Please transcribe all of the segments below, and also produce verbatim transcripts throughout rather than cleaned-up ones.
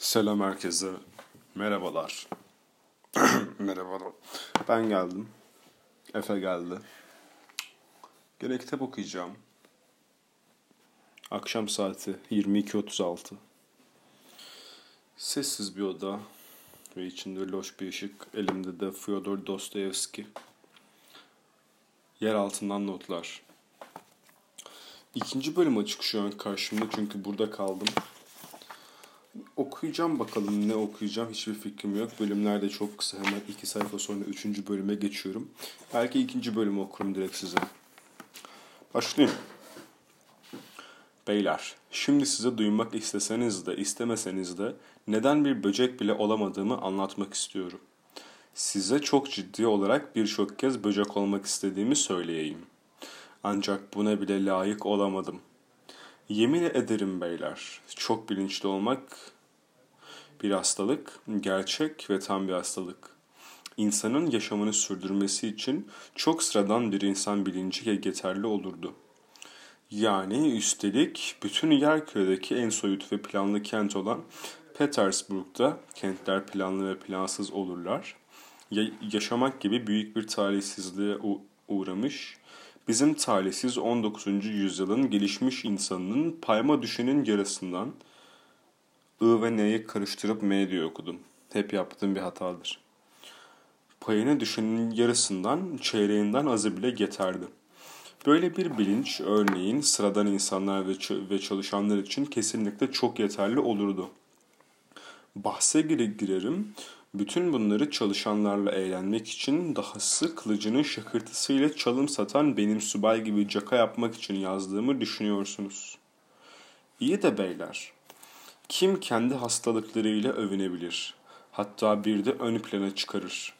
Selam herkese. Merhabalar. Merhabalar. Ben geldim. Efe geldi. Gene kitap okuyacağım. Akşam saati yirmi iki otuz altı. Sessiz bir oda ve içinde loş bir ışık. Elimde de Fyodor Dostoyevski. Yer altından notlar. İkinci bölüm açık şu an karşımda çünkü burada kaldım. Okuyacağım bakalım ne okuyacağım hiçbir fikrim yok. Bölümler de çok kısa, hemen iki sayfa sonra üçüncü bölüme geçiyorum. Belki ikinci bölümü okurum direkt size. Başlayayım. Beyler, şimdi size duymak isteseniz de istemeseniz de neden bir böcek bile olamadığımı anlatmak istiyorum. Size çok ciddi olarak birçok kez böcek olmak istediğimi söyleyeyim. Ancak buna bile layık olamadım. Yemin ederim beyler, çok bilinçli olmak bir hastalık, gerçek ve tam bir hastalık. İnsanın yaşamını sürdürmesi için çok sıradan bir insan bilinci yeterli olurdu. Yani üstelik bütün yerküredeki en soyut ve planlı kent olan Petersburg'da kentler planlı ve plansız olurlar. Ya- yaşamak gibi büyük bir talihsizliğe u- uğramış, bizim talihsiz on dokuzuncu yüzyılın gelişmiş insanının payma düşenin yarısından I ve N'yi karıştırıp M diye okudum. Hep yaptığım bir hatadır. Payına düşenin yarısından, çeyreğinden azı bile yeterdi. Böyle bir bilinç, örneğin sıradan insanlar ve, ç- ve çalışanlar için kesinlikle çok yeterli olurdu. Bahse gire girerim, bütün bunları çalışanlarla eğlenmek için, dahası kılıcının şakırtısıyla çalım satan benim subay gibi caka yapmak için yazdığımı düşünüyorsunuz. İyi de beyler, kim kendi hastalıklarıyla övünebilir? Hatta bir de ön plana çıkarır.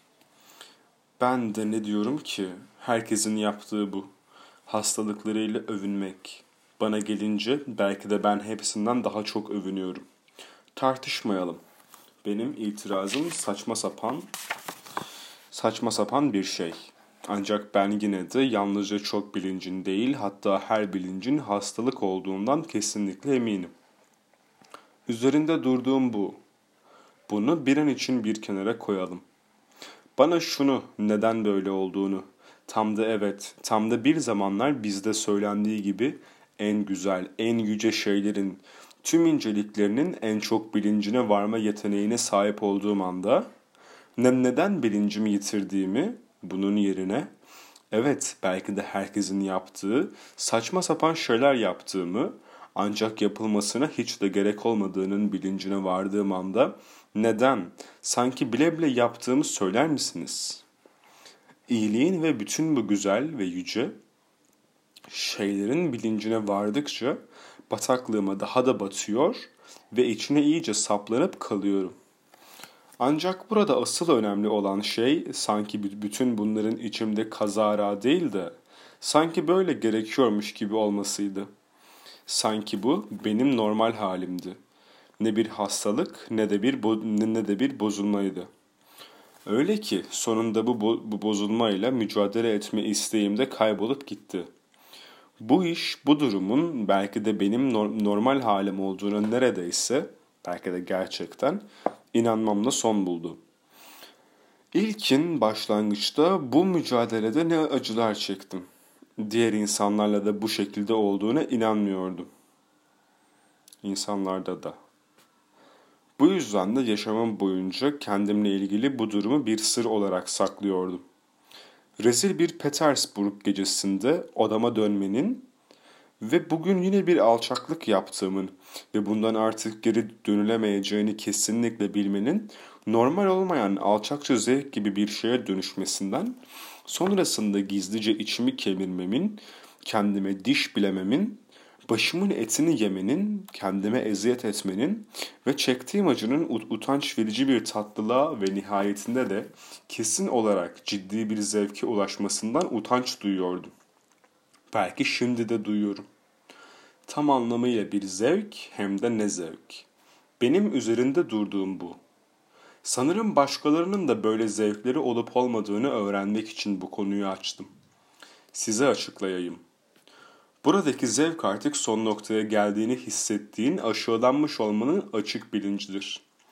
Ben de ne diyorum ki, herkesin yaptığı bu. Hastalıklarıyla övünmek. Bana gelince belki de ben hepsinden daha çok övünüyorum. Tartışmayalım. Benim itirazım saçma sapan, saçma sapan bir şey. Ancak ben yine de yalnızca çok bilincin değil, hatta her bilincin hastalık olduğundan kesinlikle eminim. Üzerinde durduğum bu. Bunu bir an için bir kenara koyalım. Bana şunu, neden böyle olduğunu, tam da evet, tam da bir zamanlar bizde söylendiği gibi en güzel, en yüce şeylerin, tüm inceliklerinin en çok bilincine varma yeteneğine sahip olduğum anda, ne, neden bilincimi yitirdiğimi, bunun yerine, evet belki de herkesin yaptığı, saçma sapan şeyler yaptığımı, ancak yapılmasına hiç de gerek olmadığının bilincine vardığım anda, neden, sanki bile bile yaptığımı söyler misiniz? İyiliğin ve bütün bu güzel ve yüce şeylerin bilincine vardıkça bataklığıma daha da batıyor ve içine iyice saplanıp kalıyorum. Ancak burada asıl önemli olan şey sanki bütün bunların içimde kazara değil de sanki böyle gerekiyormuş gibi olmasıydı. Sanki bu benim normal halimdi. Ne bir hastalık ne de bir bo- ne de bir bozulmaydı. Öyle ki sonunda bu, bo- bu bozulmayla mücadele etme isteğim de kaybolup gitti. Bu iş, bu durumun belki de benim nor- normal halim olduğuna neredeyse, belki de gerçekten inanmamla son buldu. İlkin başlangıçta bu mücadelede ne acılar çektim. Diğer insanlarla da bu şekilde olduğuna inanmıyordum. İnsanlarda da. Bu yüzden de yaşamım boyunca kendimle ilgili bu durumu bir sır olarak saklıyordum. Rezil bir Petersburg gecesinde odama dönmenin ve bugün yine bir alçaklık yaptığımın ve bundan artık geri dönülemeyeceğini kesinlikle bilmenin normal olmayan alçakça zevk gibi bir şeye dönüşmesinden, sonrasında gizlice içimi kemirmemin, kendime diş bilememin, başımın etini yemenin, kendime eziyet etmenin ve çektiğim acının utanç verici bir tatlılığa ve nihayetinde de kesin olarak ciddi bir zevke ulaşmasından utanç duyuyordum. Belki şimdi de duyuyorum. Tam anlamıyla bir zevk hem de ne zevk. Benim üzerinde durduğum bu. Sanırım başkalarının da böyle zevkleri olup olmadığını öğrenmek için bu konuyu açtım. Size açıklayayım. Buradaki zevk artık son noktaya geldiğini hissettiğin aşağılanmış olmanın açık bilincidir.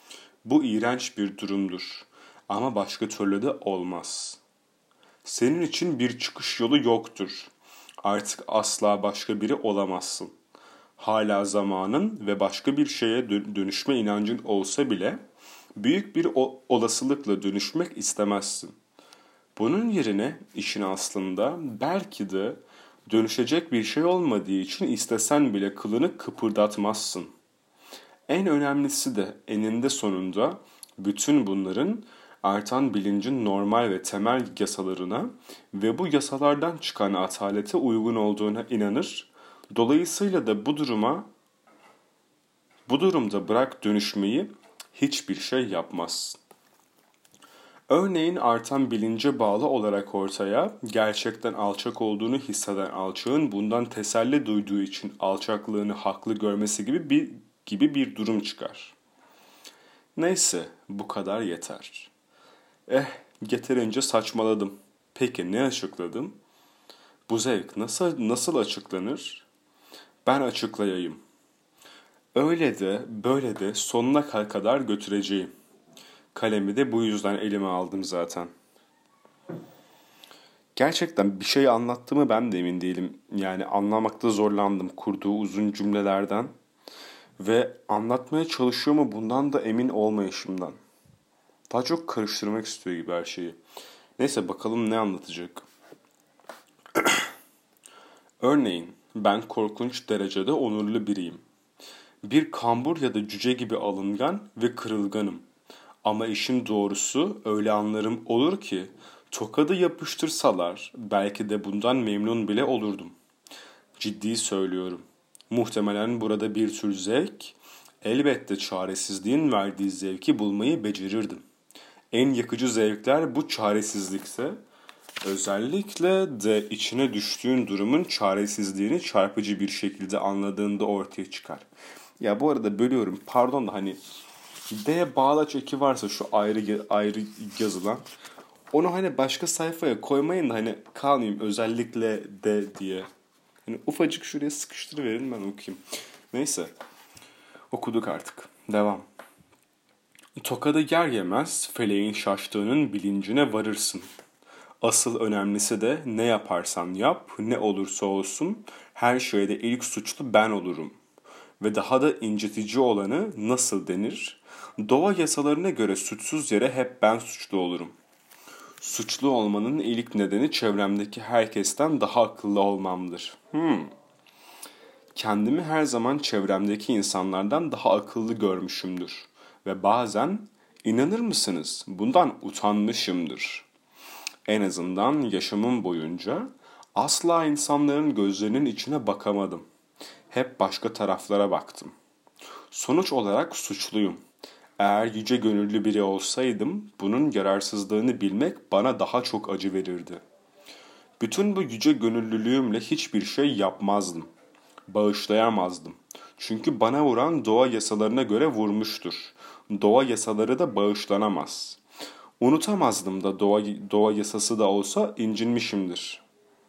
Bu iğrenç bir durumdur. Ama başka türlü de olmaz. Senin için bir çıkış yolu yoktur. Artık asla başka biri olamazsın. Hala zamanın ve başka bir şeye dönüşme inancın olsa bile büyük bir olasılıkla dönüşmek istemezsin. Bunun yerine işin aslında belki de dönüşecek bir şey olmadığı için istesen bile kılını kıpırdatmazsın. En önemlisi de eninde sonunda bütün bunların artan bilincin normal ve temel yasalarına ve bu yasalardan çıkan atalete uygun olduğuna inanır. Dolayısıyla da bu duruma bu durumda bırak dönüşmeyi hiçbir şey yapmazsın. Örneğin artan bilince bağlı olarak ortaya gerçekten alçak olduğunu hisseden alçağın bundan teselli duyduğu için alçaklığını haklı görmesi gibi bir gibi bir durum çıkar. Neyse, bu kadar yeter. Eh, yeterince saçmaladım. Peki ne açıkladım? Bu zevk nasıl nasıl açıklanır? Ben açıklayayım. Öyle de böyle de sonuna kadar götüreceğim. Kalemi de bu yüzden elime aldım zaten. Gerçekten bir şey anlattığımı ben de emin değilim. Yani anlamakta zorlandım kurduğu uzun cümlelerden. Ve anlatmaya çalışıyor mu bundan da emin olmayışımdan. Daha çok karıştırmak istiyor gibi her şeyi. Neyse bakalım ne anlatacak. Örneğin ben korkunç derecede onurlu biriyim. Bir kambur ya da cüce gibi alıngan ve kırılganım. Ama işin doğrusu öyle anlarım olur ki tokadı yapıştırsalar belki de bundan memnun bile olurdum. Ciddi söylüyorum. Muhtemelen burada bir tür zevk, elbette çaresizliğin verdiği zevki bulmayı becerirdim. En yakıcı zevkler bu çaresizlikse, özellikle de içine düştüğün durumun çaresizliğini çarpıcı bir şekilde anladığında ortaya çıkar. Ya bu arada bölüyorum, pardon da hani D bağlaç eki varsa şu ayrı ayrı yazılan, onu hani başka sayfaya koymayın da hani kalmayayım özellikle D diye. Hani ufacık şuraya sıkıştırıverin ben okuyayım. Neyse. Okuduk artık. Devam. Tokada yer yemez feleğin şaştığının bilincine varırsın. Asıl önemlisi de ne yaparsan yap, ne olursa olsun her şeyde ilk suçlu ben olurum. Ve daha da incitici olanı nasıl denir? Doğa yasalarına göre suçsuz yere hep ben suçlu olurum. Suçlu olmanın ilk nedeni çevremdeki herkesten daha akıllı olmamdır. Hmm. Kendimi her zaman çevremdeki insanlardan daha akıllı görmüşümdür. Ve bazen, inanır mısınız, bundan utanmışımdır. En azından yaşamım boyunca asla insanların gözlerinin içine bakamadım. Hep başka taraflara baktım. Sonuç olarak suçluyum. Eğer yüce gönüllü biri olsaydım, bunun yararsızlığını bilmek bana daha çok acı verirdi. Bütün bu yüce gönüllülüğümle hiçbir şey yapmazdım. Bağışlayamazdım. Çünkü bana vuran doğa yasalarına göre vurmuştur. Doğa yasaları da bağışlanamaz. Unutamazdım da doğa, doğa yasası da olsa incinmişimdir.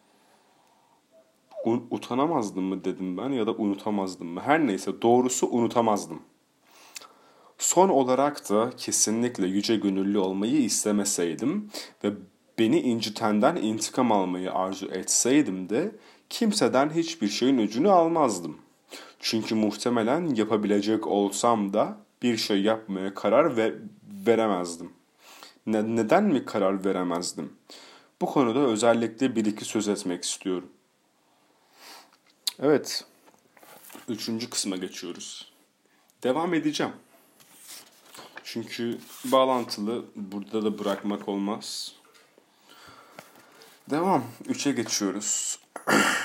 U- utanamazdım mı dedim ben ya da unutamazdım mı? Her neyse doğrusu unutamazdım. Son olarak da kesinlikle yüce gönüllü olmayı istemeseydim ve beni incitenden intikam almayı arzu etseydim de kimseden hiçbir şeyin öcünü almazdım. Çünkü muhtemelen yapabilecek olsam da bir şey yapmaya karar ve veremezdim. Ne, neden mi karar veremezdim? Bu konuda özellikle bir iki söz etmek istiyorum. Evet, üçüncü kısma geçiyoruz. Devam edeceğim. Çünkü bağlantılı burada da bırakmak olmaz. Devam. Üçe geçiyoruz.